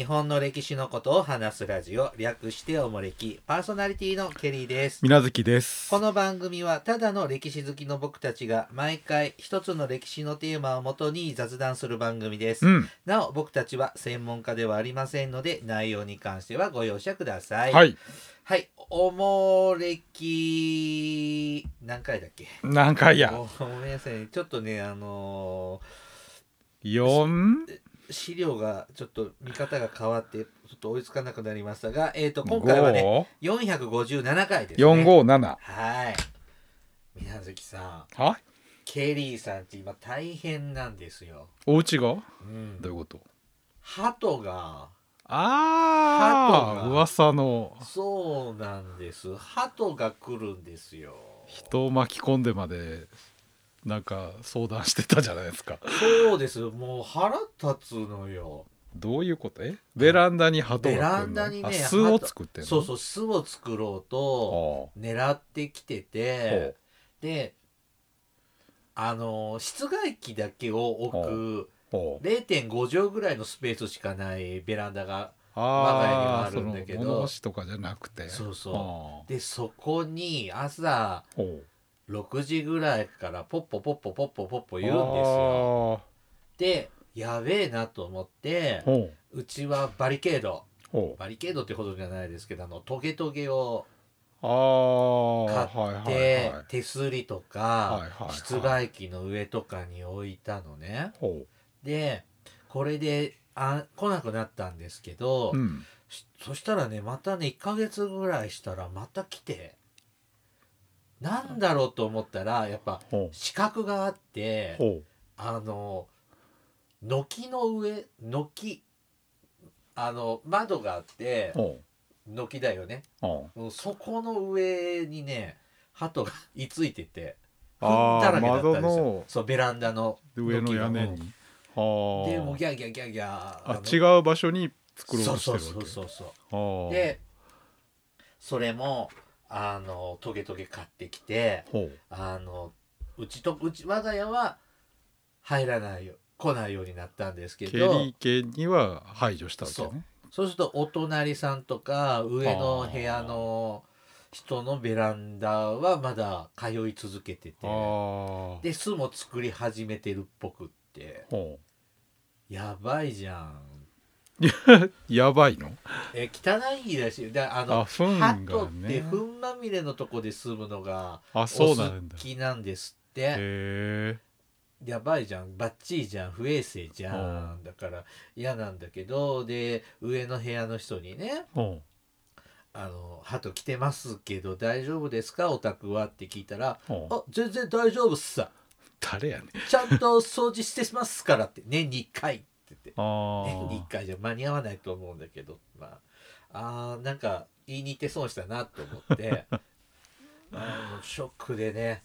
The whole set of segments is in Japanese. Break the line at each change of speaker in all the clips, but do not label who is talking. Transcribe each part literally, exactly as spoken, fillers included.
日本の歴史のことを話すラジオ、略しておもれき。パーソナリティのケリーです。
みなずきです。
この番組はただの歴史好きの僕たちが毎回一つの歴史のテーマをもとに雑談する番組です、
うん、
なお僕たちは専門家ではありませんので内容に関してはご容赦ください。
はい
はい、おもれき何回だっけ。
何回や
ごめんなさい、ちょっとねあの
ー、よん
資料がちょっと見方が変わってちょっと追いつかなくなりましたが、えーと今回はねよんひゃくごじゅうななかいですね。
よんごなな。
はい。宮崎さん、
は
ケリーさんって今大変なんですよ。
お家が、
うん、
どういうこと。
鳩が
ああ噂の。
そうなんです、鳩が来るんですよ。
人を巻き込んでまでなんか相談してたじゃないですか。
そうです、もう腹立つのよ。
どういうこと。えベランダに鳩が来るの。
ベランダにね
巣を作ってんの。
そうそう巣を作ろうと狙ってきてて、であの室外機だけを置く れいてんご 畳ぐらいのスペースしかないベランダが我が家にはあるんだけど、
物干しとかじゃなくて、
そうそうでそこに朝ろくじぐらいからポッポポッポポッポポッポ言うんですよ。でやべえなと思ってうちはバリケードバリケードってほどじゃないですけどあのトゲトゲを買って、はいはいはい、手すりとか、はいはいはい、室外機の上とかに置いたのね。でこれであ来なくなったんですけど、うん、そしたらねまたねいっかげつぐらいしたらまた来て、なんだろうと思ったらやっぱ死角があってあの軒の上軒あの窓があって軒だよね、そこの上にね鳩が居ついてて糞だらけだったんですよ。そうベランダの
上の屋根に、
はでもうギャーギャーギャーギャ
ーあ違う場所に作ろうとしてるわけ。
そうそうそうそうそうでそれもあのトゲトゲ買ってきてあのうちとうち我が家は入らないよ来ないようになったんですけど、
ケリー家には排除したわけね。
そう、そうするとお隣さんとか上の部屋の人のベランダはまだ通い続けてて、で巣も作り始めてるっぽくって、やばいじゃん。
やばいの？
え汚いらしい。だあの
あ糞がね、
鳩って糞まみれのとこで住むのが
お好
きなんですって。
へー
やばいじゃん、バッチリじゃん、不衛生じゃん、だから嫌なんだけど、で上の部屋の人にねあの鳩来てますけど大丈夫ですかお宅はって聞いたら、あ全然大丈夫っすさ、
誰やねん、
ちゃんと掃除してますからって年にいっかいって言って、年にいっかいじゃ間に合わないと思うんだけど、まああなんか言いに行って損したなと思ってあのショックでね、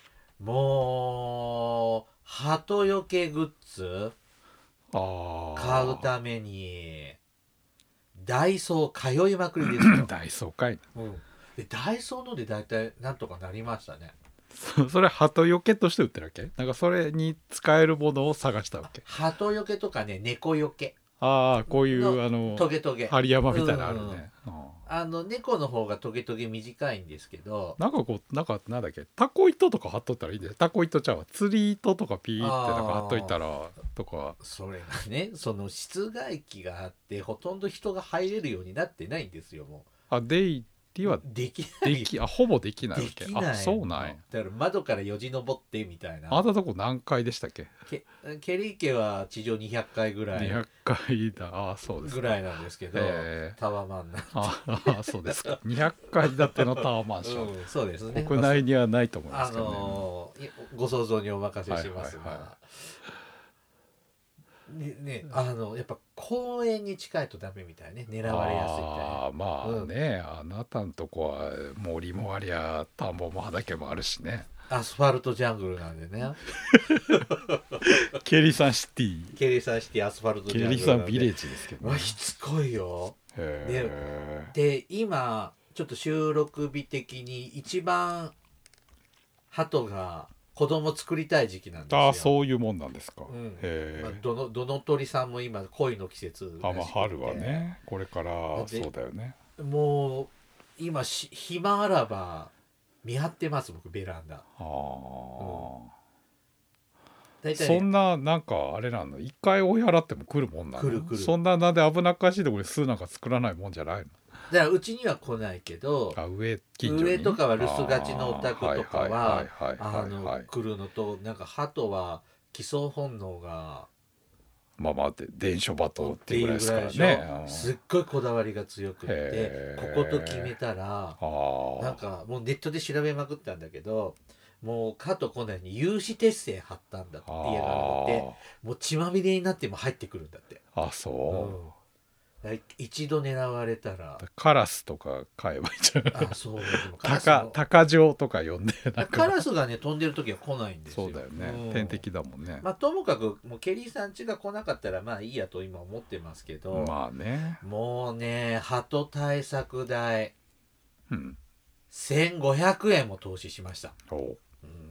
もう鳩よけグッズ買うためにダイソー通いまくりですよ
ダイソーかい、
うん、でダイソーのでだいたいなんとかなりましたね。
そ, それ鳩よけとして売ってるわけ？なんかそれに使えるものを探したわけ？
鳩よけとかね猫よけ、
ああこういうあの
トゲトゲ
針山みたいなのあるね、うんうん、
あの猫の方がトゲトゲ短いんですけど、
なんかこうなんかなんだっけタコ糸とか貼っとったらいいんだよ。タコ糸ちゃうわ釣り糸とかピーってなんか貼っといたらとか。
それがねその室外機があってほとんど人が入れるようになってないんですよ。もう
あ出入りは
できない
できあほぼできないわけ。
できない。
あそうなんや。
だから窓からよじ登ってみたいな。
あなたとこ何階でしたっけ？
ケ, ケリー家は地上にひゃっかいぐらい
にひゃっかいだ。あそうです
ぐらいなんですけど、タワマンなん
ああそうですかにひゃっかい建てのタワーマンション、
うん、そうですね、
国内にはないと思いますけどね、あ
のー、ご想像にお任せしますが、はいはいはいねね、あのやっぱ公園に近いとダメみたいね、狙われやすいみたいな。
あまあね、うん、あなたんとこは森もありゃ田んぼも畑もあるしね、
アスファルトジャングルなんでね
ケリーサンシティ
ケリーサンシティアスファルトジャングルなんで、
ケリーサンビレッジですけど、ね、
まあ、しつこいよ。
へ
でで今ちょっと収録日的に一番鳩が子供作りたい時期なんですよ。
ああそういうもんなんですか、
うん、
へえ、
まあ、どのどの鳥さんも今恋の季節
あ、まあ
らしくて、
春はねこれから
で
そうだよね。
もう今し暇あらば見張ってます僕ベランダ。
ああ、
うん、大体ね
そんななんかあれなの、一回追い払っても来るもんなの？
来る来る。
そんななんで危なっかしいところで巣なんか作らないもんじゃないの？
だからうちには来ないけど、
あ、上近所に
上とかは留守がちのお宅とかはあの
い、
来るのと、なんか鳩は帰巣本能が
まあまあで伝書バト
っていうぐらいでしょ。すっごいこだわりが強くってここと決めたらなんかもうネットで調べまくったんだけど、もうかとこないに有刺鉄線貼ったんだって家があって、もう血まみれになっても入ってくるんだって。
あ、そう、
うん、一度狙われたら
カラスとか飼えばいいんじゃない？
あ、そうでも
カラスの鷹匠とか呼んで
なんかカラスがね飛んでる時は来ないんですよ。
そうだよね、
うん、
天敵だもんね。
まあともかくもうケリーさん家が来なかったらまあいいやと今思ってますけど、
まあね、も
うね鳩対策代、
うん、
せんごひゃくえんも投資しました。
お、うん、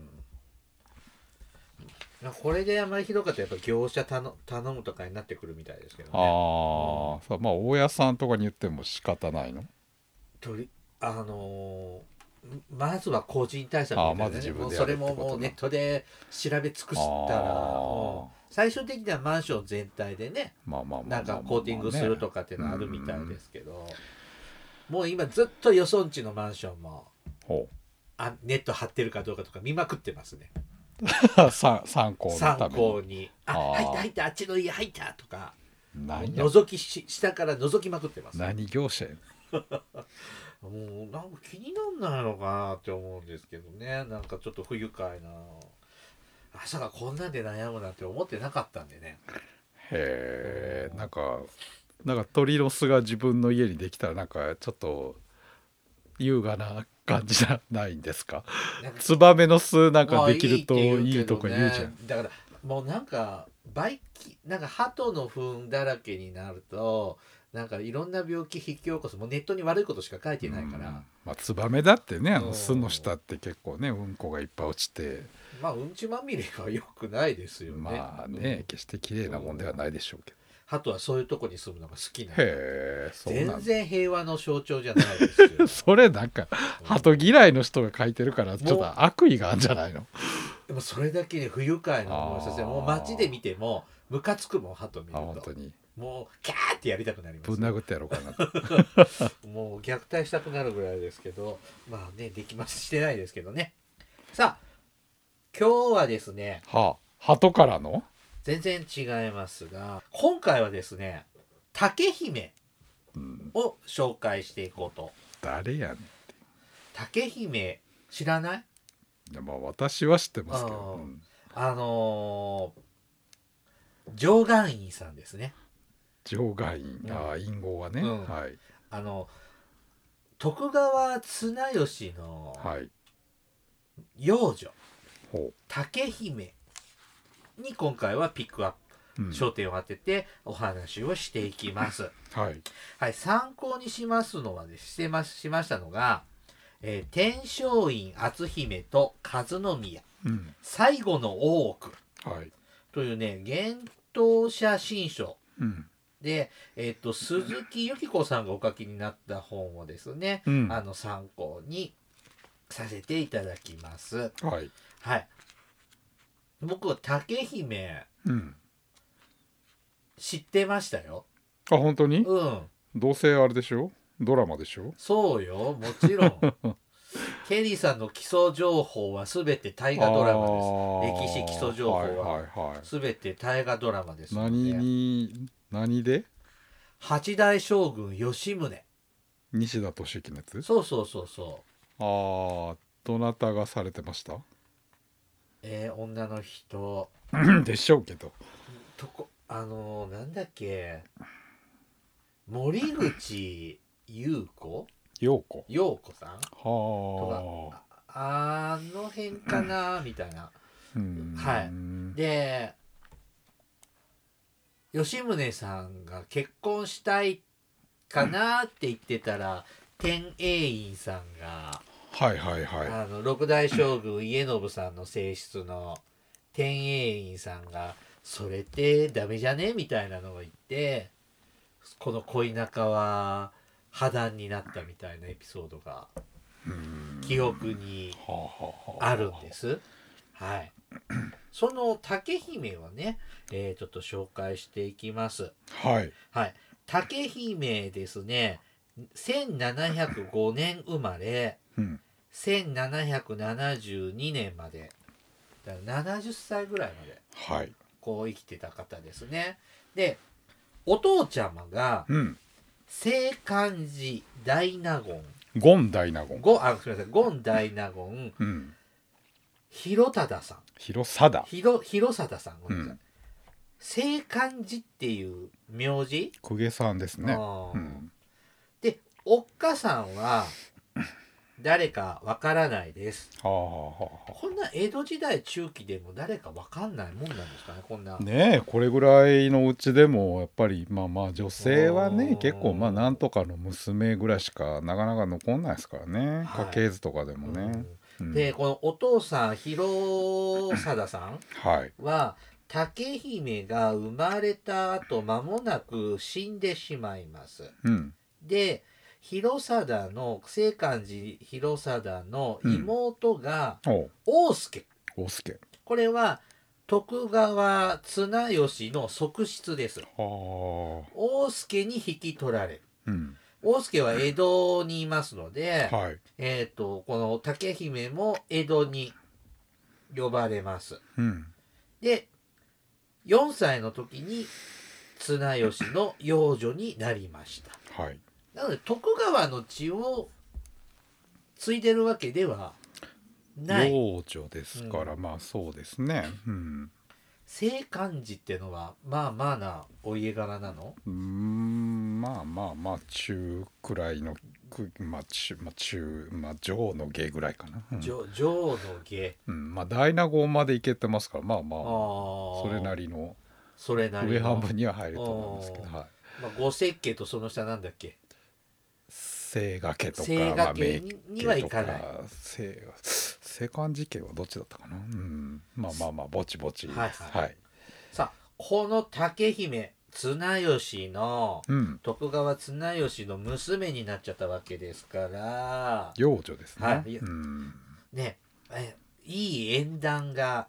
これであまりひどかったらやっぱ業者頼頼むとかになってくるみたいですけどね。
ああ、うん、さまあ大家さんとかに言っても仕方ないの？
とりあのー、まずは個人対策みたいな、ね、
まず自分で
やるってことな。それももうネットで調べ尽くしたら、うん、最終的にはマンション全体でね、なんかコーティングするとかっていうのあるみたいですけど、もう今ずっとよそんちのマンションもあネット張ってるかどうかとか見まくってますね。
参考のために
参考にあ入った入ったあっちの家入ったとか
覗
きし下から覗きまくってます。
何業者や
もうなんか気になんないのかなって思うんですけどね。なんかちょっと不愉快な朝がこんなんで悩むなんて思ってなかったんでね。
へえ、なんかなんか鳥の巣が自分の家にできたらなんかちょっと優雅な感じじゃないんですか？ツバメの巣なんかできるといいとか言うじゃん。
だからもうなんかバイキなんか鳩の糞だらけになるとなんかいろんな病気引き起こす。もうネットに悪いことしか書いてないから、うん、
まあツバメだってね、あの巣の下って結構ねうんこがいっぱい落ちて、
まあうんちまみれは良くないですよね。
まあね、うん、決して綺麗なもんではないでしょうけど、
鳩はそういうとこに住むのが好きなの。
へえ、そうなんだ。
全然平和の象徴じゃないですよ。
それなんか鳩嫌いの人が書いてるからちょっと悪意があるんじゃないの？
でもそれだけで不愉快な思いさせて、もう街で見てもムカつくもん鳩見ると。
本当に
もうキャーってやりたくなります。
ぶん殴ってやろうかなと
もう虐待したくなるぐらいですけど、まあねできましてないですけどね。さあ今日はですね、
はあ、鳩からの
全然違いますが、今回はですね竹姫を紹介していこうと、うん、
誰やねんって。
竹姫知らない？
いやまあ私は知ってますけど、うん、
あのー、上岸院さんですね。
上岸院、うん、ああ隠語はね、うん、はい、
あの徳川綱吉の養女、はい、竹姫に今回はピックアップ、うん、焦点を当ててお話をしていきます。
はい、
はい、参考にしますのは、ね、してましましたのが、えー、天璋院篤姫と和宮、うん、最後の大奥、はい、というね幻冬写真書、うんで、えー、と鈴木由紀子さんがお書きになった本をですね、うん、あの参考にさせていただきます。はい。はい。僕は竹姫、うん、知ってましたよ。
あ、本当に？
うん。
どうせあれでしょ？ドラマでしょ？
そうよ、もちろん。ケリーさんの基礎情報はすべて大河ドラマです。歴史基礎情報はすべて大河ドラマですので。
何に何で？
八代将軍吉宗。
西田敏行のやつ？
そうそうそうそう。
ああ、どなたがされてました？
えー、女の人
でしょうけど。
とこあのー、なんだっけ、森口優子？
陽子
陽子さん？は
あ。
あの辺かなみたいな。はい。で。吉宗さんが結婚したいかなって言ってたら、天英院さんが
はいはいはい。
あの六代将軍家信さんの正室の天英院さんがそれってダメじゃねみたいなのを言ってこの恋仲は破談になったみたいなエピソードが記憶にあるんです。はい。その竹姫をね、えー、ちょっと紹介していきます。
はい。
はい。竹姫ですね、せんななひゃくごねん生まれ、うん、せんななひゃくななじゅうにねんまで、だからななじゅっさいぐらいまで、
はい、
こう生きてた方ですね。で、お父ちゃまが、うん、聖漢寺大納言。
権大納言。
ご、あ、すみません、権大納言。うん。広忠さん。
広貞。
広、広貞さん。ごめんなさい。うん、聖漢寺っていう名字。
公家さんですね。うん、
で、おっかさんは誰かわからないです。はあはあはあ、こんな江戸時代中期でも誰かわかんないもんなんですかね、こんな。
ねえ、これぐらいのうちでもやっぱりまあまあ女性はね結構まあなんとかの娘ぐらいしかなかなか残んないですからね、はい、家系図とかでもね。
うん、でこのお父さん広貞さんは、はい、竹姫が生まれた後間もなく死んでしまいます。うん、で広貞の聖漢寺広貞の妹が大助、
うん、大助
これは徳川綱吉の側室です。大助に引き取られる、うん、大助は江戸にいますので、はい、えーと、この竹姫も江戸に呼ばれます、うん、でよんさいの時に綱吉の養女になりました、はい、なので徳川の血を継いでるわけではない。
養女ですから、うん、まあそうですね。うん。
聖漢寺ってのはまあまあなお家柄なの？
うーん、まあまあまあ中くらいのまあ中まあ中まあ上の下ぐらいかな。
うん、上, 上の下。
うん、まあ大納言まで行けてますからまあまあそれなりの
それなりの
上半分には入ると思うんですけど、はい。
まあ五石家とその下なんだっけ？
清賀家とか
清賀家には行かない。
聖漢寺家はどっちだったかな、うん、まあまあまあぼちぼちです。はい、はいはい、
さあこの竹姫綱吉の、うん、徳川綱吉の娘になっちゃったわけですから
養女ですね。
はい、うん、ねえいい縁談が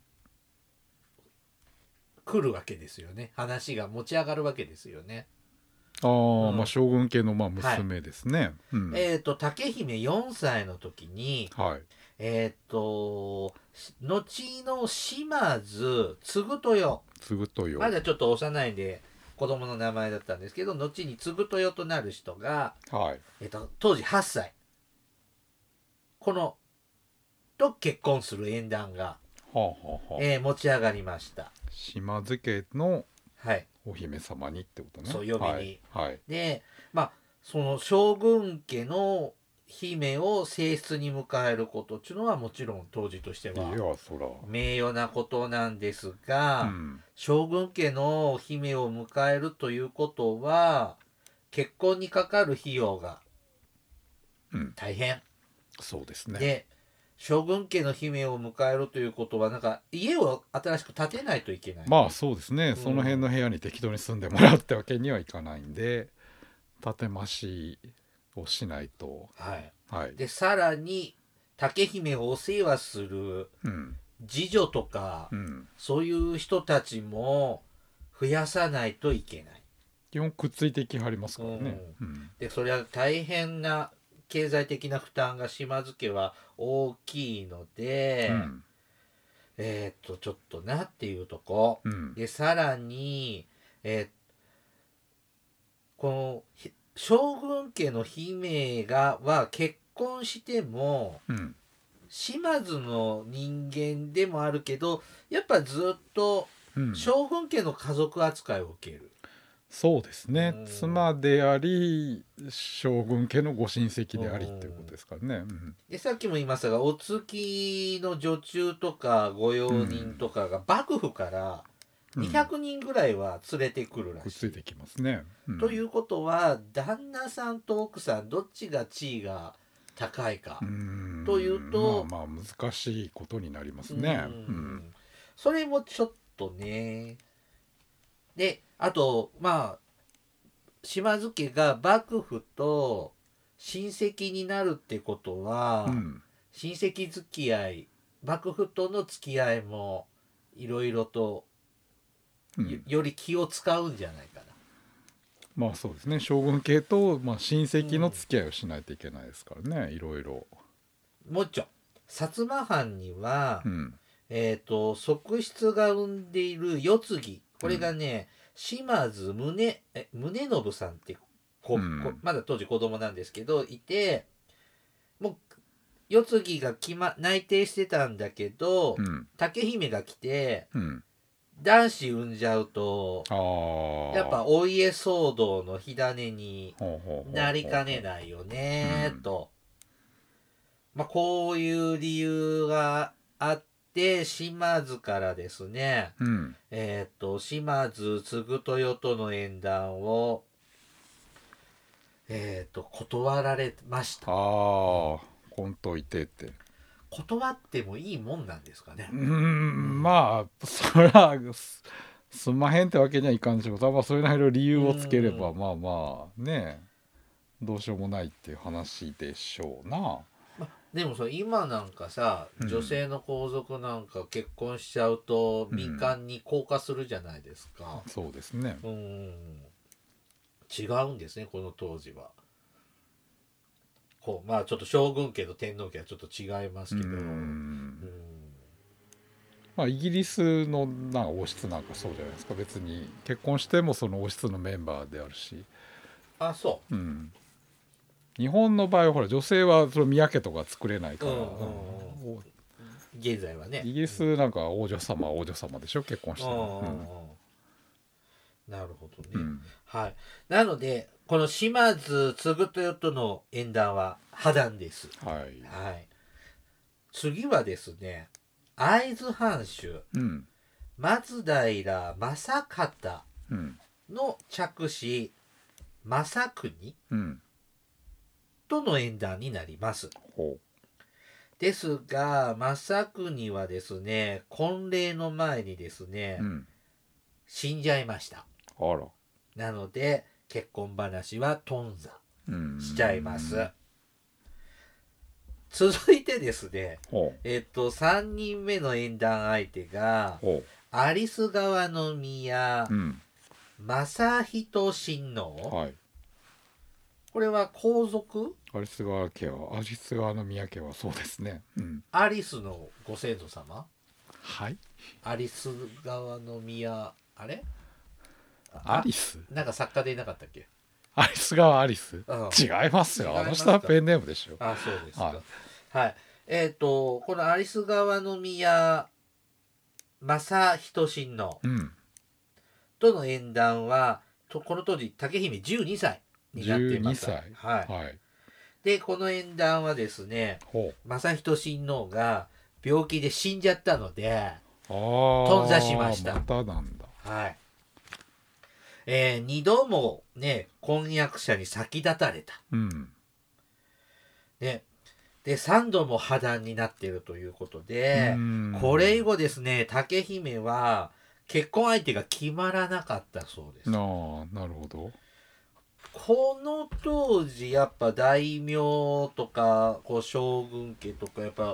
来るわけですよね。話が持ち上がるわけですよね。
ああ、うん、まあ将軍家のまあ娘ですね。はい
うん、えっ、ー、と竹姫よんさいの時に、はい、えっ、ー、と後の島津継豊
継豊
まだちょっと幼いんで子供の名前だったんですけど、後に継豊となる人が、はいえー、と当時はっさいこのと結婚する縁談が、はあはあはあえー、持ち上がりました。
島津家のお姫様にってことね。
そう呼びに、はいはい、でまあその将軍家の姫を正室に迎えることっていうのはもちろん当時としては名誉なことなんですが、うん、将軍家の姫を迎えるということは結婚にかかる費用が大変、うん、
そうですね。
で将軍家の姫を迎えるということはなんか家を新しく建てないといけない。
まあそうですね、うん、その辺の部屋に適当に住んでもらうってわけにはいかないんで建て増しをしないと。
はいはい、でさらに竹姫をお世話する次女とか、うん、そういう人たちも増やさないといけない。
基本くっついてきはりますからね。
うんうん、でそれは大変な経済的な負担が島津家は大きいので、うん、えっとちょっとなっていうとこ、うん、でさらに、えー、この将軍家の姫がは結婚しても、うん、島津の人間でもあるけどやっぱずっと将軍家の家族扱いを受ける。
そうですね、うん、妻であり将軍家のご親戚でありっていうことですからね、うん、
でさっきも言いましたがお付きの女中とか御用人とかが幕府からにひゃくにんぐらいは連れてくるらしい、うん、くっ
ついてきますね、
うん、ということは旦那さんと奥さんどっちが地位が高いか
うん
というと、
まあまあ難しいことになりますね。うん
うんそれもちょっとね。であとまあ島津家が幕府と親戚になるってことは、
うん、
親戚付き合い幕府との付き合いもいろいろと よ,、
うん、
より気を使うんじゃないかな。
まあそうですね、将軍家と、まあ、親戚の付き合いをしないといけないですからね、いろいろ。
もうちょ薩摩藩には、
うん、
えっ、と側室が生んでいる世継ぎ、これがね、島津宗え宗信さんってこ、
うん
こまだ当時子供なんですけどいて、もう世継ぎが決、ま、内定してたんだけど、
うん、
竹姫が来て
うん、
男子産んじゃうと
ああ
やっぱお家騒動の火種に
ほうほうほうほう
なりかねないよね
うん
と、まあ、こういう理由があって島津からですね、
うん
えっ、と島津継豊との縁談をえっ、と断られました。
ああこんといてって
断ってもいいもんなんですかね。
うーんまあそらすすんまへんってわけにはいかんでしょうけど、まあ、それなりの理由をつければ
うん
まあまあねどうしようもないっていう話でしょうな。
までもさ今なんかさ
うん
女性の皇族なんか結婚しちゃうと
うん
民間に降下するじゃないですか。
そうですね。
うん違うんですねこの当時は。こうまあちょっと将軍家と天皇家はちょっと違いますけど、
う
うん
んまあイギリスのなんか王室なんかそうじゃないですか。別に結婚してもその王室のメンバーであるし、
あそ
うん、日本の場合はほら女性はその宮家とか作れないから、
うんうんうん
うん
う現在はね。
イギリスなんか王女様は王女様でしょ結婚し
うんうん
ても。
うんなるほどね、
うん
はいなのでこの島津継豊との縁談は破談です。
はい
はい次はですね会津藩主
うん
松平正方
うん
の嫡子正国
うん
との縁談になります。
ほ
ですが正国はですね婚礼の前にですね、
ううん
死んじゃいました。
あら
なので結婚話は頓挫
うん
しちゃいます。続いてですね
ほ
えっとさんにんめの縁談相手が
うほ
有栖川宮
ううん
正仁親王、
はい
これは皇族
有栖川家は有栖川の宮家はそうですね。うん
アリスのご先祖様
はい
アリス川宮あれ
アリス
なんか作家でいなかったっけ。
アリス川アリス、
うん
違いますよ。あの
違いますか
人はペンネームでしょ。
あそうですか
はい
はい、えっ、とこのアリス川宮正仁親王
うん
との縁談はとこの当時竹姫じゅうにさいになっていま
12
す。
歳
はい、
はい
でこの縁談はですね
ほ
正仁親王が病気で死んじゃったので、
うああ
頓挫しました
またなんだ。
はいえー、にどもね婚約者に先立たれた、
うん
ね、でさんども破談になっているということで
うん
これ以後ですね竹姫は結婚相手が決まらなかったそうです。
ああなるほど。
この当時やっぱ大名とかこう将軍家とかやっぱ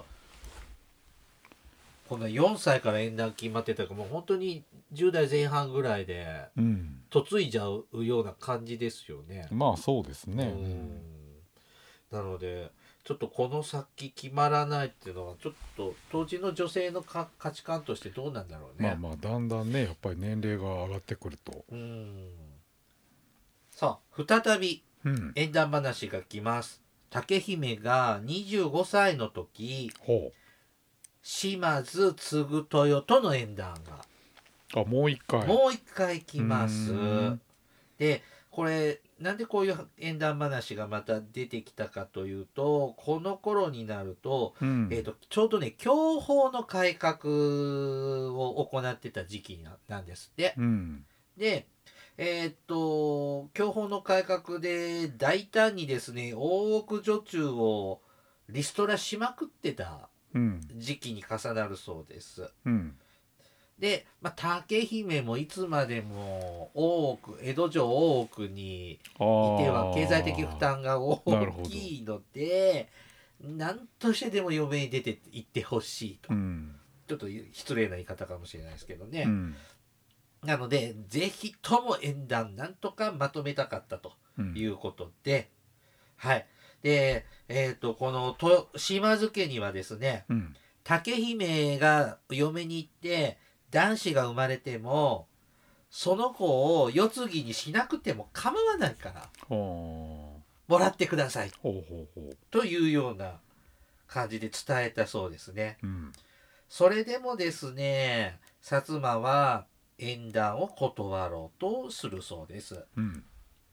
このよんさいから縁談決まってたからもう本当にじゅう代前半ぐらいで
うん
嫁いじゃうような感じですよね。
まあそうですね。
うんなのでちょっとこの先決まらないっていうのはちょっと当時の女性のか価値観としてどうなんだろうね。
まあまあだんだんねやっぱり年齢が上がってくると。
うんさあ再び
うん
縁談話が来ます。竹姫がにじゅうごさいの時
ほ
島津継豊との縁談が
うあもう一回
もう一回来ます
うーん。
でこれなんでこういう縁談話がまた出てきたかというとこの頃になると,、
うん
えー、とちょうどね享保の改革を行ってた時期なんですって。
うん
でえっ、と享保の改革で大胆にですね大奥女中をリストラしまくってた時期に重なるそうです。
うん、
で、まあ、竹姫もいつまでも大奥江戸城大奥にいては経済的負担が大きいので何としてでも嫁に出て行ってほしいと、うん、ちょっと失礼な言い方かもしれないですけどね、うん、なのでぜひとも縁談なんとかまとめたかったということで、うん、はいでえっ、ー、とこのと島津家にはですね、うん、竹姫が嫁に行って男子が生まれてもその子を世継ぎにしなくても構わないからもらってくださいというような感じで伝えたそうですね、うん、それでもですね薩摩は縁談を断ろうとするそうです、うん、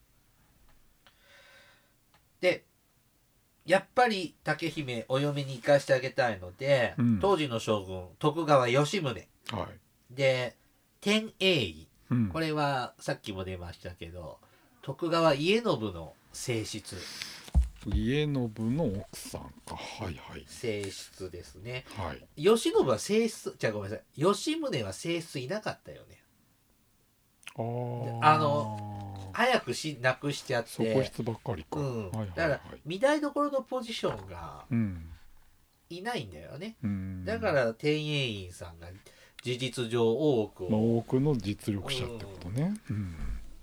でやっぱり竹姫お嫁に行かしてあげたいので、うん、当時の将軍徳川吉宗、はい、で天英院、うん、これはさっきも出ましたけど徳川家宣の正室
家宣の奥さんかはいはい
正室ですね、
はい、
吉宣は正室じゃあごめんなさい吉宗は正室いなかったよねああの早くしなくしちゃって
側室ばっかりか、
うんはいはいはい、だから御台所のポジションがいないんだよね、うん、だから天英院さんが事実上大奥を、
まあ、大奥の実力者ってことね、うんうん、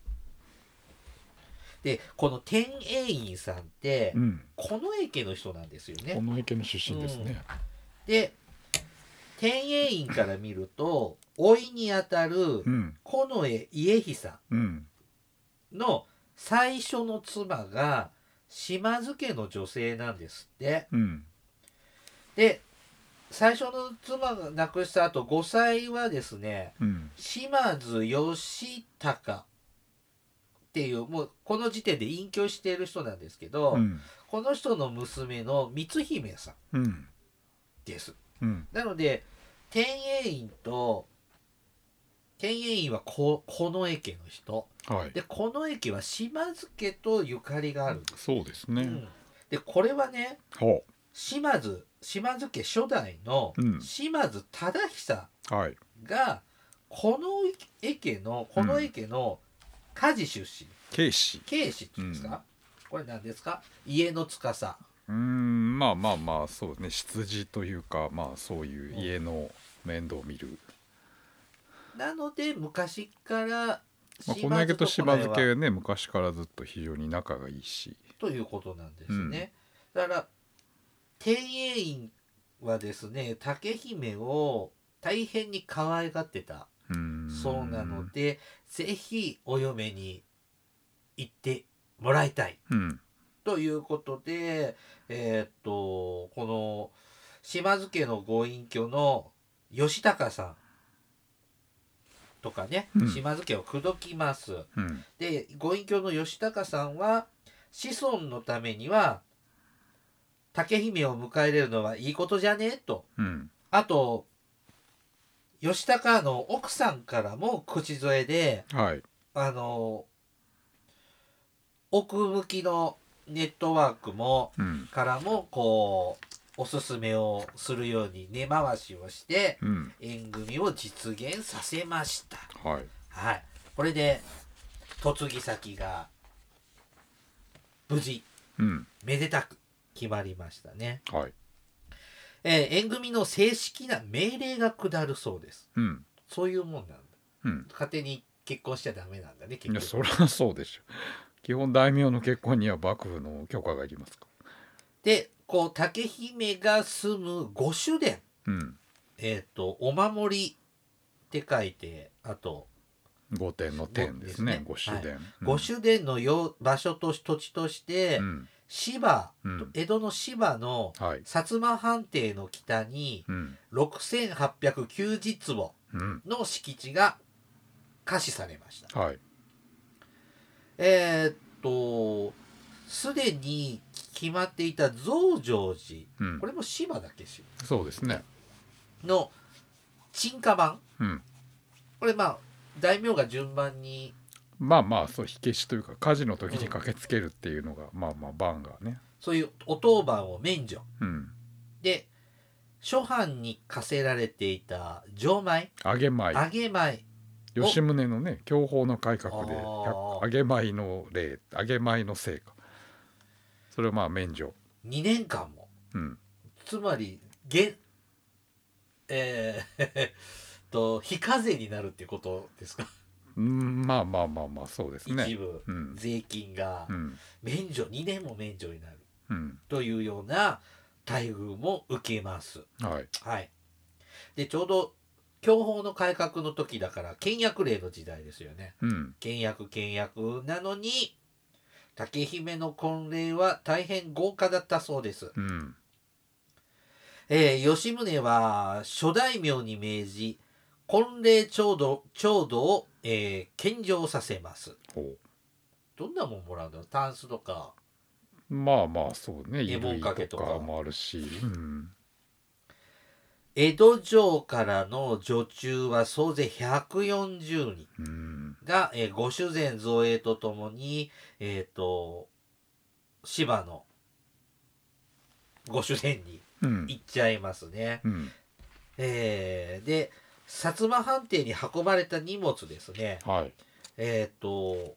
でこの天英院さんって近衛家の人なんですよね
近衛家の出身ですね、
うん、で天英院から見ると甥にあたる近衛家久の最初の妻が島津家の女性なんですって、うん、で最初の妻が亡くした後ごさいはですね、うん、島津義孝っていうもうこの時点で隠居している人なんですけど、うん、この人の娘の光姫さんです、うん、なので天英院と天英院はこ近衛家の人、はい、で近衛家は島津家とゆかりがあるんです。
そうですね、うん、
でこれはね島津島津家初代の島津忠久が近衛家の近衛家の家事出身、
慶氏
慶氏っていうんですか、うん、これ何ですか家の司
うーんまあまあまあそうね執事というかまあそういう家の面倒を見る、
うん、なので昔から
近衛家と島津家はね昔からずっと非常に仲がいいし
ということなんですね、うん、だから天英院はですね竹姫を大変に可愛がってたそうなのでぜひお嫁に行ってもらいたい、うん、ということでえー、っとこの島津家のご隠居の義孝さんとかね、うん、島津家を口説きます、うん、でご隠居の義孝さんは子孫のためには竹姫を迎え入れるのはいいことじゃねと、うん、あと義孝の奥さんからも口添えで、はい、あの奥向きのネットワークも、うん、からもこうおすすめをするように根回しをして、うん、縁組を実現させました、はいはい、これで嫁ぎ先が無事、うん、めでたく決まりましたね、はいえー、縁組の正式な命令が下るそうです、うん、そういうもんなんだ、うん、勝手に結婚しちゃダメなんだね結局。
いやそりゃそうでしょ基本大名の結婚には幕府の許可がいりますか
でこう竹姫が住む御主殿、うん、えっ、ー、とお守りって書いてあと
御殿の殿ですね御主殿、はい
うん、御主殿のよ場所と土地として、うん芝、うん、江戸の芝の薩摩藩邸の北にろくせんはっぴゃくきゅうじゅう坪の敷地が貸しされました、はい、えー、っとすでに決まっていた増上寺、うん、これも芝だけし
そうですね
の鎮火版、うん、これまあ大名が順番に
まあまあそう火消しというか火事の時に駆けつけるっていうのが、うん、まあまあ番がね
そういうお当番を免除、
うん、
で諸藩に課せられていた錠前
揚げ米
揚げ米
吉宗のね享保の改革で揚げ米の例揚げ米の成果それをまあ免除
にねんかんも、
うん、
つまりげえー、と非課税になるっていうことですか。
うん、まあまあまあまあそうですね
一部、うん、税金が免除、うん、にねんも免除になる、うん、というような待遇も受けます。
はい、
はい、でちょうど享保の改革の時だから倹約令の時代ですよね、うん、倹約倹約なのに竹姫の婚礼は大変豪華だったそうです、うんえー、吉宗は諸大名に命じ婚礼調度、調度を、えー、献上させます。どんなもんもらうんだろう、タンスとか
まあまあそうね衣類とかもあるし、うん、
江戸城からの女中は総勢ひゃくよんじゅうにんが、うんえー、ご主膳造営とともに、えー、と芝のご主膳に行っちゃいますね、うんえー、で薩摩藩邸に運ばれた荷物ですね、はい、えっ、ー、と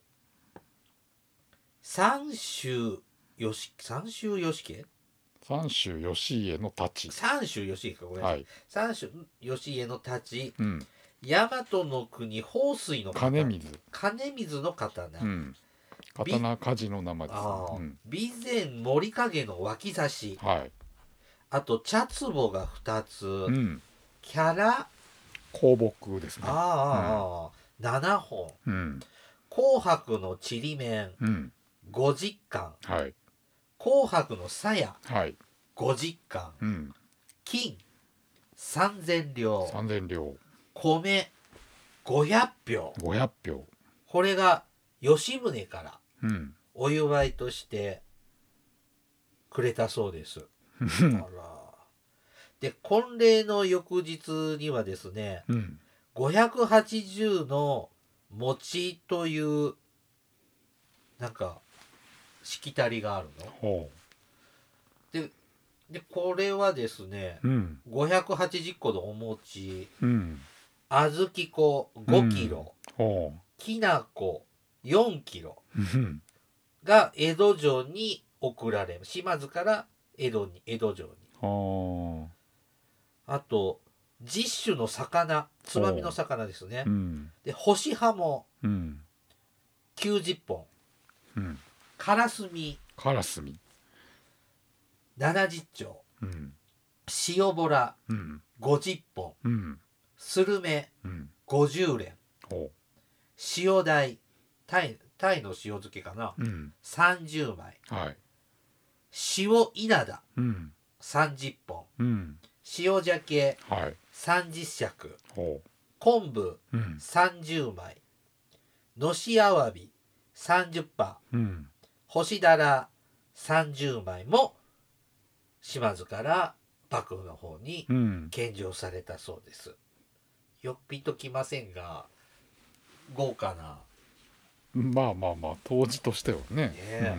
三州吉三州吉家
三州吉家の太刀
三州吉家かごめんなさい、はい、三州吉家の太刀、うん、大和の国宝水の刀
金水
金水の刀、うん、
刀鍛冶の名前です、ね、
うん、備前森影の脇差し、はい、あと茶壺がふたつ、うん、キャラ
香木ですね
ああ、うん、ななほん、うん、紅白のちりめん、うん、ごじっかん、はい、紅白の鞘、はい、ごじっかん、うん、金さんぜんりょう
さんぜんりょう
米ごひゃくひょう
ごひゃくひょう
これが吉宗からお祝いとしてくれたそうです、うん、あらで婚礼の翌日にはですね、うん、ごひゃくはちじゅうの餅というなんかしきたりがあるので, でこれはですね、うん、ごひゃくはちじゅっこのお餅、うん、小豆粉ごキロ、うん、きなこよんキロが江戸城に送られ島津から江戸に江戸城にあとじゅっ種の魚つまみの魚ですね、うん、で干しハモ、うん、きゅうじゅっぽん、うん、からすみ
からすみ
ななじゅっちょう、うん、塩ボラ、うん、ごじゅっぽん、うん、スルメ、うん、ごじゅうれん塩鯛タイ、タイの塩漬けかな、うん、さんじゅうまい、はい、塩稲田、うん、さんじゅっぽん、うん、塩鮭、はい、さんじゅっしゃく昆布、うん、さんじゅうまいのしあわびさんじゅっぱい、うん、干しだらさんじゅうまいも島津から幕府の方に献上されたそうです、うん、よっぴときませんが豪華な
まあまあまあ当時としてはね、ね、うん、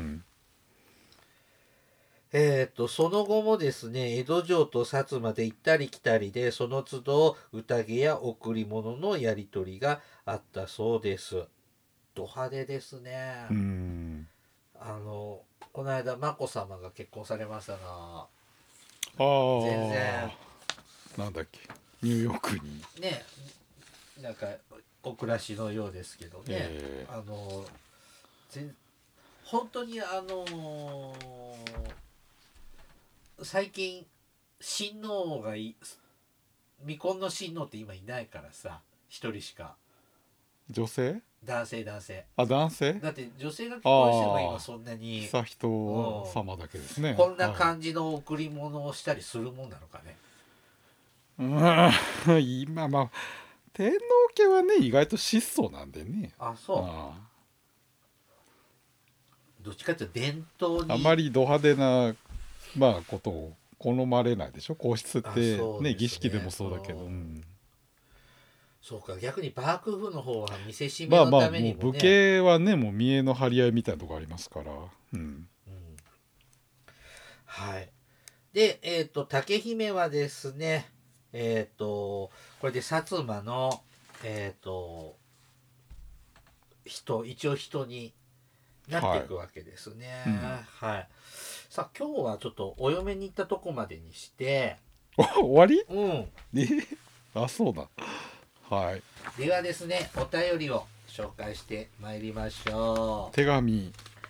えー、とその後もですね江戸城と薩摩で行ったり来たりでその都度宴や贈り物のやり取りがあったそうです。ド派手ですね。うんあのこの間眞子さまが結婚されましたがあ全然
なんだっけニューヨークに
ねなんかお暮らしのようですけどね、えー、あの本当にあの最近親王がい未婚の親王って今いないからさ一人しか
女性
男性男性
あ男性
だって女性が結婚してるのが今そんなに
悠仁様だけですね、
こんな感じの贈り物をしたりするもんなのかね、
はい、今まあ天皇家はね意外と質素なんでね
あそうあどっちかっていうと伝統に
あまりド派手なまあことを好まれないでしょ皇室って ね, ね儀式でもそうだけど、うん、
そうか、逆に幕府の方は見せしめのためにもね、
まあまあもう武家はねもう見栄の張り合いみたいなとこありますから、うん、うん、
はい。で、えっ、ー、と竹姫はですね、えっ、ー、とこれで薩摩のえっ、ー、と人一応人になっていくわけですね。はい。うんはい、さあ今日はちょっとお嫁に行ったとこまでにして。
終わり？
うん。
えあそうだ。はい。
ではですね、お便りを紹介してまいりましょう。
手紙。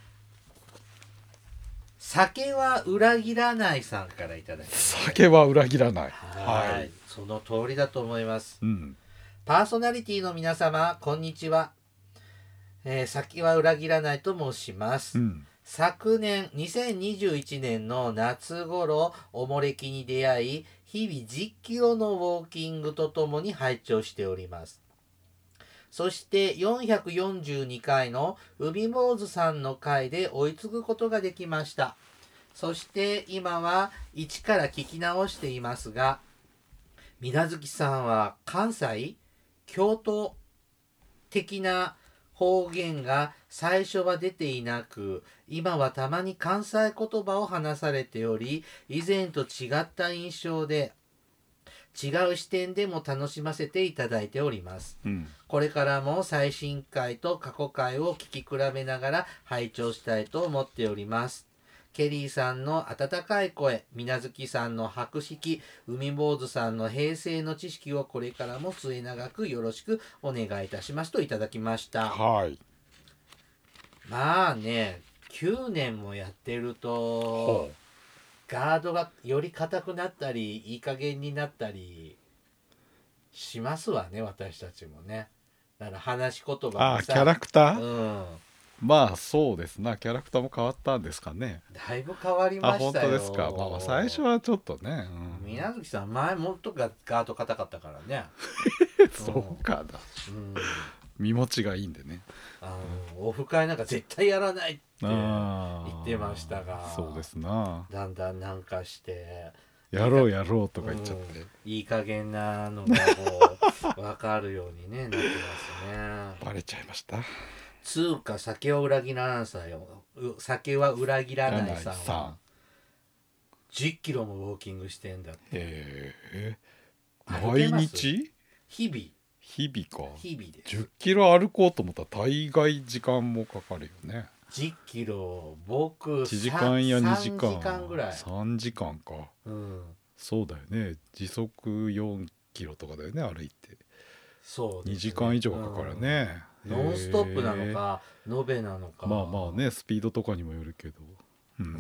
酒は裏切らないさんからいただきます。
酒は裏切らない。
はいはい。その通りだと思います。
うん。
パーソナリティの皆様、こんにちは。えー、酒は裏切らないと申します。うん、昨年にせんにじゅういちねんの夏頃、おもれきに出会い、日々じっキロのウォーキングとともに拝聴しております。そしてよんひゃくよんじゅうにかいの海坊主さんの回で追いつくことができました。そして今は一から聞き直していますが、水無月さんは関西、京都的な方言が最初は出ていなく、今はたまに関西言葉を話されており、以前と違った印象で、違う視点でも楽しませていただいております。うん、これからも最新回と過去回を聞き比べながら拝聴したいと思っております。ケリーさんの温かい声、水無月さんの博識、海坊主さんの平成の知識をこれからも末永くよろしくお願いいたしますといただきました。
はい。
まあね、きゅうねんもやってると、ガードがより硬くなったり、いい加減になったりしますわね、私たちもね。だから話し言葉もさ、
あ、キャラクター、
うん、
まあそうですな、キャラクターも変わったんですかね。
だいぶ変わりましたよ。
あ、本当ですか。まあ最初はちょっとね、
うん、水無月さん前もっとガード硬かったからね。
そうかな、うん、身持ちがいいんでね。
あのオフ会なんか絶対やらないって言ってましたが、
そうですな、
だんだんなんかして
やろうやろうとか言っちゃって、
うん、いい加減なのがこう分かるように、ね、なってますね。
バレちゃいました。
つうか酒を裏切らないさよ、酒は裏切らないさんはじゅっキロもウォーキングしてんだって。
へえ、毎日？
日々
日々か。
日々です。
じゅっキロ歩こうと思ったら大概時間もかかるよね。
じゅっキロ僕
いちじかんやにじかん、
さんじかんぐらい。
さんじかんか、うん、そうだよね。時速よんキロとかだよね、歩いて。
そうですね、
にじかん以上かかるね、
うん、ノンストップなのか延べなのか、
まあまあね、スピードとかにもよるけど、うん、うん、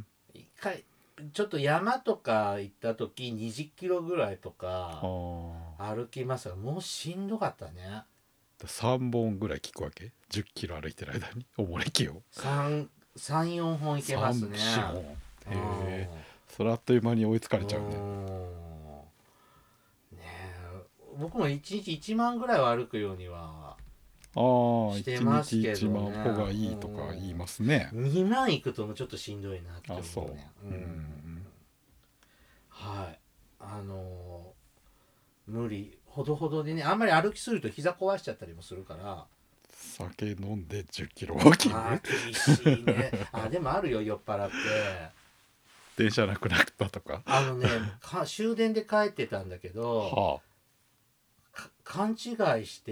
一回ちょっと山とか行った時にじゅっキロぐらいとか歩きますが、もうしんどかったね。
さんぼんぐらい聞くわけ、じゅっキロ歩いてる間におもれきを
さんよんほんいけますね。
さん、よんほん、へえ、それあっという間に追いつかれちゃうね。ね
え、僕もいちにちいちまんぐらいは歩くようにはしてますけどね。
いちにちいちまん歩がいいとか言いますね。
にまんいくともちょっとしんどいなって思うね。あ、そう、うん、うん、はい、あのー、無理ほどほどでね、あんまり歩きすると膝壊しちゃったりもするから。
酒飲んでじゅっキロウォーキング、
あ厳しいね。あでもあるよ、酔っ払って
電車なくなったとか。
あのねか終電で帰ってたんだけど、はあ、勘違いして、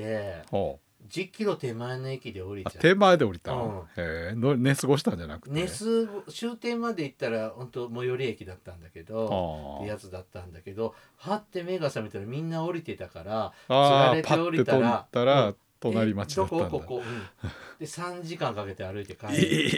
はあ、じゅっキロ手前の駅で降りちゃった。
手前で降りたの、うん、へえ、寝過ごしたんじゃなくて、
寝過終点まで行ったら本当最寄り駅だったんだけど、ってやつだったんだけど、はって目が覚めたらみんな降りてたから、つられて降りたら、
たら、うん、隣町だったんだ。
どこここ、うん、でさんじかんかけて歩いて帰って、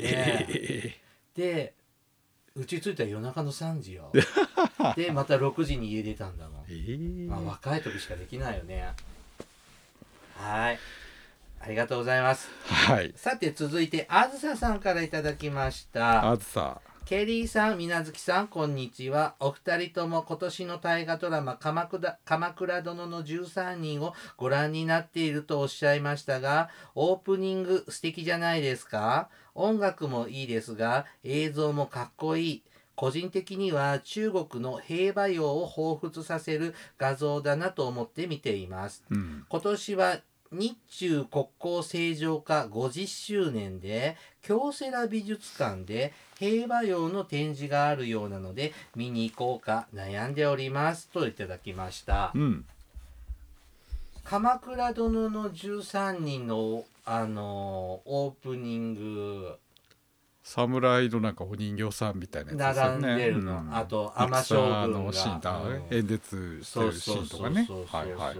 えー、でうち着いたら夜中のさんじよでまたろくじに家出たんだもん、えーまあ、若い時しかできないよね。はい、ありがとうございます。はい。さて続いてあずささんからいただきました。
あずさ。
ケリーさん、水無月さん、こんにちは。お二人とも今年の大河ドラマ鎌倉、鎌倉殿のじゅうさんにんをご覧になっているとおっしゃいましたが、オープニング素敵じゃないですか。音楽もいいですが、映像もかっこいい。 個人的には中国の平和俑を彷彿させる画像だなと思って見ています、うん、今年は日中国交正常化ごじゅっしゅうねんで京セラ美術館で平和俑の展示があるようなので見に行こうか悩んでおりますといただきました、うん、鎌倉殿のじゅうさんにんの、あのー、オープニング
侍のなんかお人形さんみたいなやつですよね。
並んでるの、うん、あと尼将軍が
シーン、うん、演説してるシーンとかね。はいはいはい。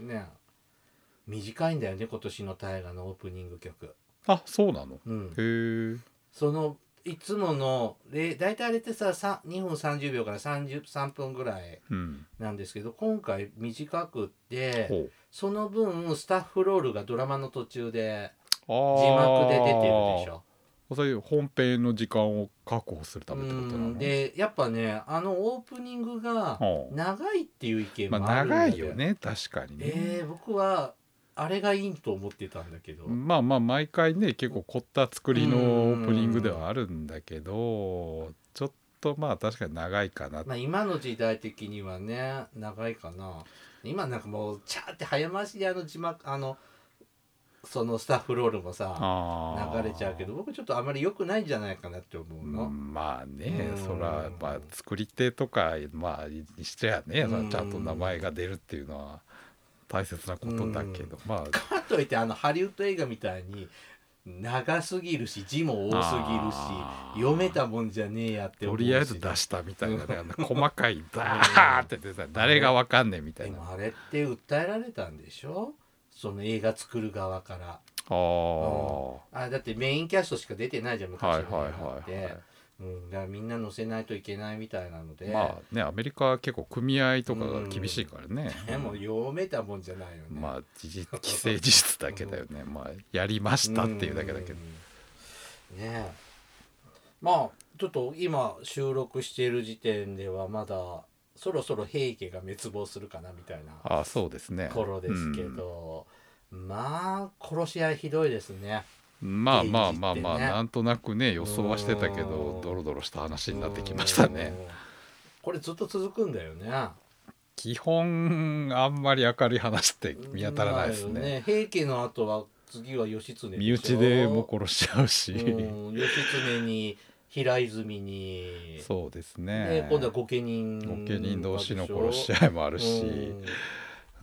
ね、短いんだよね今年の大河のオープニング曲。
あ、そうなの。うん、へえ。
そのいつもの大体あれってさにふんさんじゅうびょうからさんじゅうさんぷんぐらいなんですけど、うん、今回短くってその分スタッフロールがドラマの途中で字幕で出てるでしょ。
そういう本編の時間を確保するためってことなの
で、やっぱねあのオープニングが長いっていう意見もあるんだよ、
まあ、長いよね確かにね。
えー、僕はあれがいいと思ってたんだけど、
まあまあ毎回ね結構凝った作りのオープニングではあるんだけど、ちょっとまあ確かに長いかな、
まあ、今の時代的にはね長いかな。今なんかもうチャーって早回しであの字幕あのそのスタッフロールもさ流れちゃうけど、僕ちょっとあまり良くないんじゃないかなって思うの、
うん、まあね、そらまあ作り手とかまあにしてやね、ちゃんと名前が出るっていうのは大切なことだけど、まあ
かといってあのハリウッド映画みたいに長すぎるし字も多すぎるし読めたもんじゃねえやって
思うし、とりあえず出したみたいな、ね、細かいダーって出たら誰がわかんねえみたいな。
でもあれって訴えられたんでしょ、その映画作る側から。あ、うん、あだってメインキャストしか出てないじゃん昔の映画って、うん、だからみんな載せないといけないみたいなので、
まあねアメリカは結構組合とかが厳しいからね、
うん、でも読めたもんじゃないよね。
まあ事実既成事実だけだよね、うん、まあやりましたっていうだけだけど、
うん、ねえ、まあちょっと今収録している時点ではまだそろそろ平家が滅亡するかなみたいな
あそうですね
頃ですけど、うん、まあ殺し合いひどいですね。
まあまあまあまあ、ね、なんとなくね予想はしてたけどドロドロした話になってきましたね。
これずっと続くんだよね。
基本あんまり明るい話って見当たらないですね。ね、
平家の後は次は義経でしょ。
身内でも殺しちゃうし、
うん、義経に平泉に
そうですね。
で今度は御家人
御家人同士の殺し合いもあるし、
うん、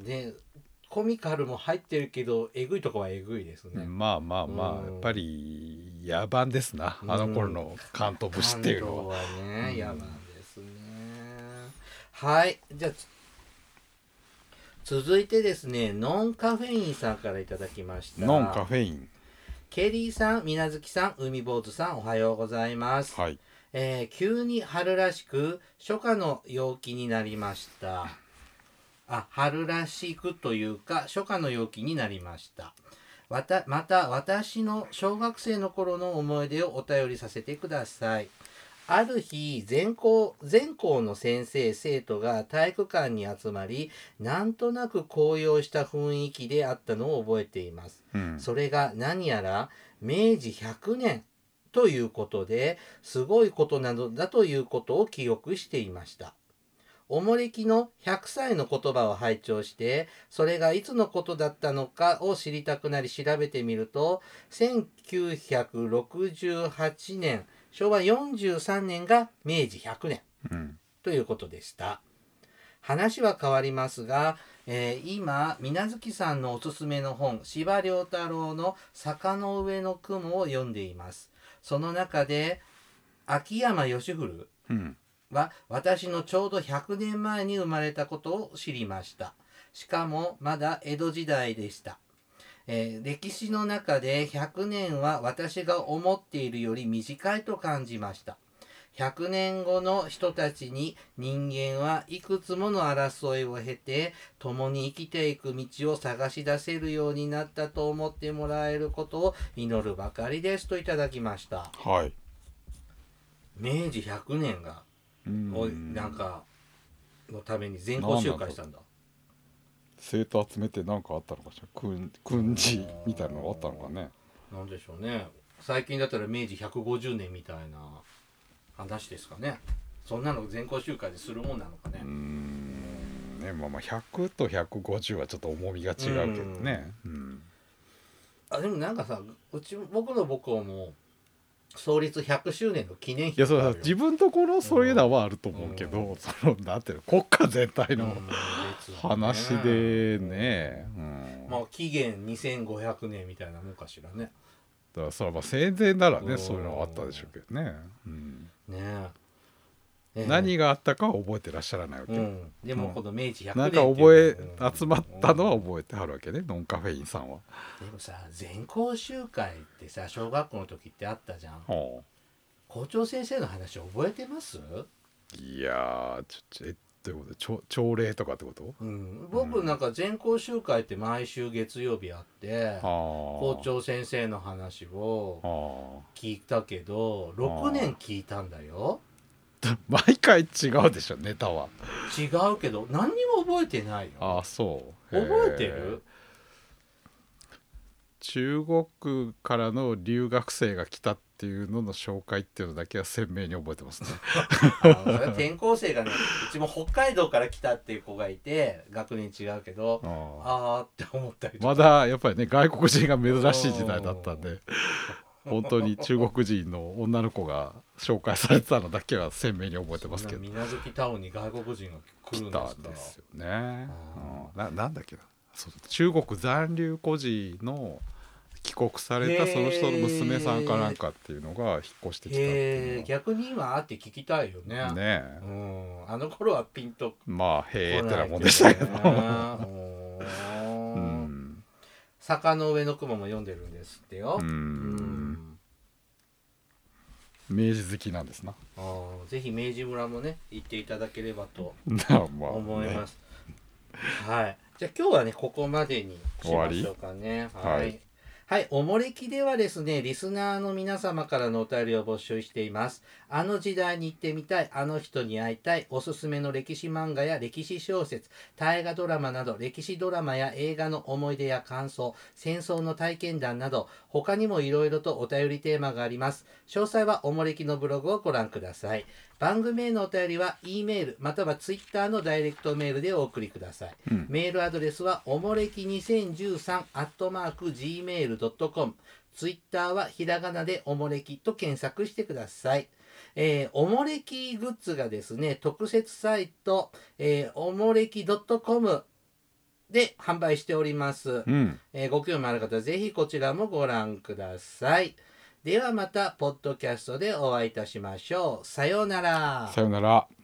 でコミカルも入ってるけどえぐいとこはえぐいですね。
まあまあまあ、うん、やっぱり野蛮ですな、あの頃の関東武士っていうのは。
関東はね、野蛮ですね。はい、じゃあ続いてですね、ノンカフェインさんからいただきました。
ノンカフェイン。
ケリーさん、みなずきさん、海坊主さん、おはようございます。はい。えー、急に春らしく初夏の陽気になりました。あ、春らしくというか初夏の陽気になりました。また、また私の小学生の頃の思い出をお便りさせてください。ある日、全校、全校の先生、生徒が体育館に集まり、なんとなく高揚した雰囲気であったのを覚えています。うん、それが何やらめいじひゃくねんということで、すごいことなのだということを記憶していました。おもれきのひゃくさいの言葉を拝聴して、それがいつのことだったのかを知りたくなり調べてみると、せんきゅうひゃくろくじゅうはちねん、しょうわよんじゅうさんねんがめいじひゃくねん、うん、ということでした。話は変わりますが、えー、今、水無月さんのおすすめの本、司馬遼太郎の坂の上の雲を読んでいます。その中で、秋山義古、うんは私のちょうどひゃくねんまえに生まれたことを知りました。しかもまだ江戸時代でした。えー、歴史の中でひゃくねんは私が思っているより短いと感じました。ひゃくねんごの人たちに人間はいくつもの争いを経て共に生きていく道を探し出せるようになったと思ってもらえることを祈るばかりですといただきました。はい。めいじひゃくねんがおいなんかのために全校集会したんだ。
生徒集めて何かあったのかしら。訓示みたいなのがあったのかね。
なんでしょうね。最近だったらめいじひゃくごじゅうねんみたいな話ですかね。そんなの全校集会でするもんなのかね。
うーんね、まあまあひゃくとひゃくごじゅうはちょっと重みが違うけどね。うん、うん、
あでもなんかさ、うち僕の母校も創立ひゃくしゅうねんの記念碑。
いやそう、自分ところそういうのはあると思うけど、うん、そのなんていうの国家全体の、うん、話でね、うん、
まあ紀元にせんごひゃくねんみたいなもんかしらね。
だからそれはまあ戦前ならね、そういうのはあったでしょうけどね、うん、
ねえ、
何があったかは覚えてらっしゃらないわけ、うん、
でもこの明治ひゃく
ねんなんか覚え、うん、集まったのは覚えてはるわけね、ノンカフェインさんは。
でもさ、全校集会ってさ、小学校の時ってあったじゃん、はあ、校長先生の話覚えてます？
いやー、ちょちょえどういうこと？朝礼とかってこと？
うん、僕なんか全校集会って毎週月曜日あって、うん、校長先生の話を聞いたけどろくねん聞いたんだよ。
毎回違うでしょ、ネタは。
違うけど何にも覚えてないよ。
ああ、そう。
覚えてる？
中国からの留学生が来たっていうのの紹介っていうのだけは鮮明に覚えてますね。
あの転校生がね、うちも北海道から来たっていう子がいて、学年違うけど、ああって思ったりとか。
まだやっぱりね、外国人が珍しい時代だったんで本当に中国人の女の子が紹介されてたのだけは鮮明に覚えてますけど。
水無月タウンに外国人が来るんですか？
来たんですよね。うん、な, なんだっけな、そう中国残留孤児の帰国されたその人の娘さんかなんかっていうのが引っ越してきたっていうのは。
逆に今あって聞きたいよね。
ねえ、
うん、あの頃はピンと
まあへえってなもんでしたけど、
うん、坂の上の雲も読んでるんですってよ。うん、うん、
明治好きなんですな。
あ、ぜひ明治村もね行っていただければと思います。まあね、はい、じゃあ今日はねここまでにしましょうかね。はい、はいはい、おもれきではですね、リスナーの皆様からのお便りを募集しています。あの時代に行ってみたい、あの人に会いたい、おすすめの歴史漫画や歴史小説、大河ドラマなど、歴史ドラマや映画の思い出や感想、戦争の体験談など、他にもいろいろとお便りテーマがあります。詳細はおもれきのブログをご覧ください。番組へのお便りは E メールまたは Twitter のダイレクトメールでお送りください。うん、メールアドレスはおもれきにせんじゅうさんアットマークジーメールドットコム、 Twitter はひらがなでおもれきと検索してください。えー、おもれきグッズがですね、特設サイト、えー、おもれき .com で販売しております。うん、えー、ご興味ある方はぜひこちらもご覧ください。ではまたポッドキャストでお会いいたしましょう。さようなら。
さようなら。